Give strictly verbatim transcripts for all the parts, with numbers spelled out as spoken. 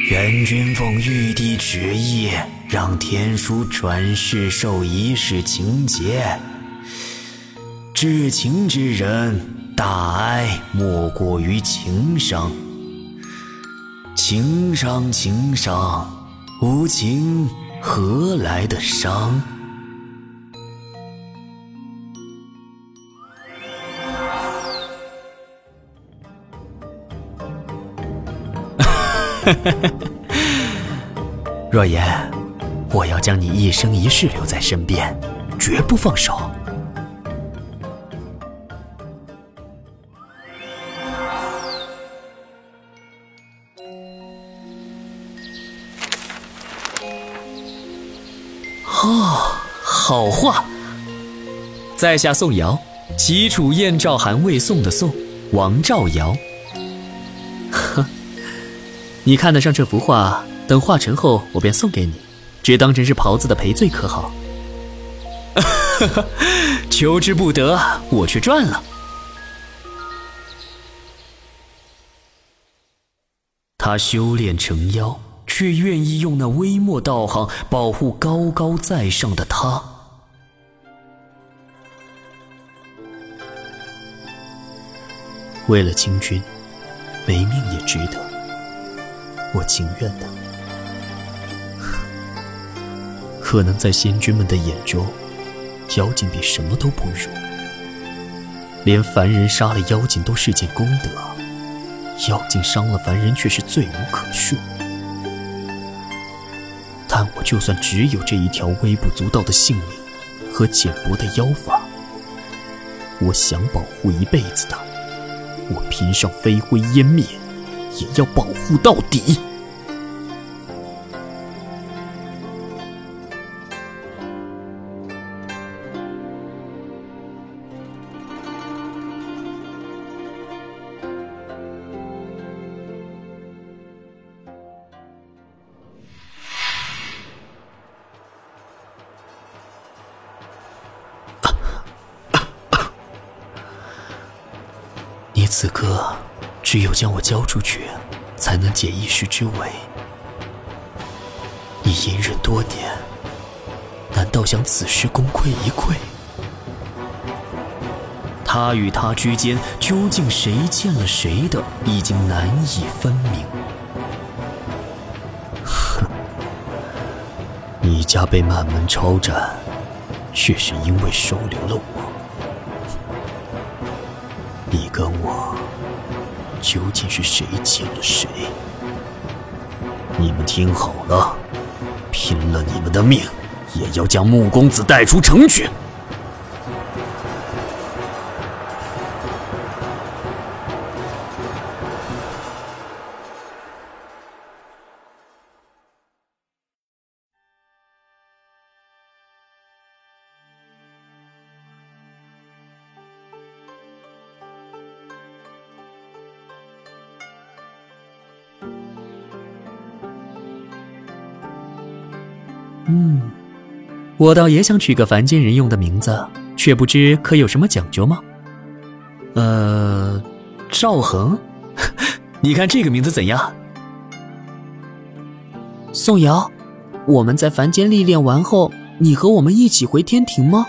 元君奉玉帝旨意，让天书转世受一世情劫。至情之人，大哀莫过于情伤。情伤情伤，无情何来的伤？若言，我要将你一生一世留在身边，绝不放手。哦，好话！在下宋尧，齐楚燕赵韩魏宋的宋，王兆尧。呵，你看得上这幅画，等画成后我便送给你，只当成是袍子的赔罪可好？求之不得，我却赚了。他修炼成妖，却愿意用那微末道行保护高高在上的他。为了清君，没命也值得，我情愿的。可能在仙君们的眼中，妖精比什么都不如，连凡人杀了妖精都是件功德，妖精伤了凡人却是罪无可恕。但我就算只有这一条微不足道的性命和浅薄的妖法，我想保护一辈子的，我拼上飞灰烟灭，也要保护到底。你此刻只有将我交出去，才能解一时之围。你隐忍多年，难道想此时功亏一篑？他与他之间究竟谁欠了谁的，已经难以分明。哼，你家被满门抄斩，却是因为收留了我。你跟我究竟是谁欠了谁？你们听好了，拼了你们的命，也要将穆公子带出城去。嗯，我倒也想取个凡间人用的名字，却不知可有什么讲究吗？呃，赵恒，你看这个名字怎样？ 宋瑶，我们在凡间历练完后，你和我们一起回天庭吗？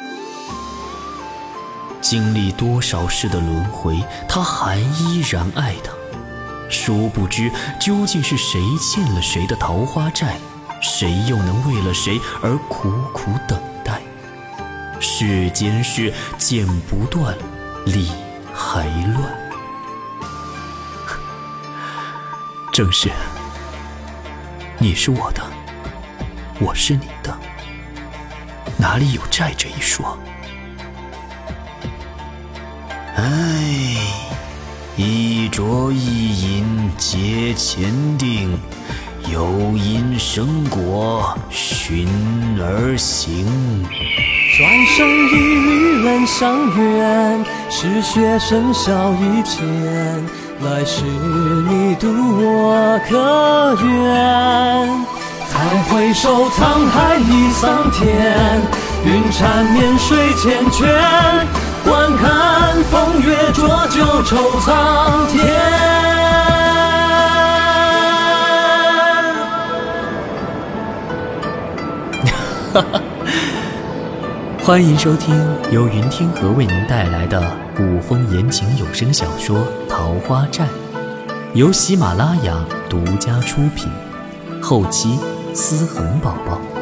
经历多少世的轮回，他还依然爱他。殊不知，究竟是谁欠了谁的桃花债？谁又能为了谁而苦苦等待？世间事剪不断，理还乱。正是，你是我的，我是你的，哪里有债这一说？唉，一浊一饮皆前定，有因生果，循而行。 转生一日恩相缘，是血深笑一千，来世你渡我可愿？再回首沧海一桑田，云缠绵水缱绻，观看风月浊酒愁苍天。 欢迎收听由云天河为您带来的古风言情有声小说《桃花寨》，由喜马拉雅独家出品，后期思恒宝宝。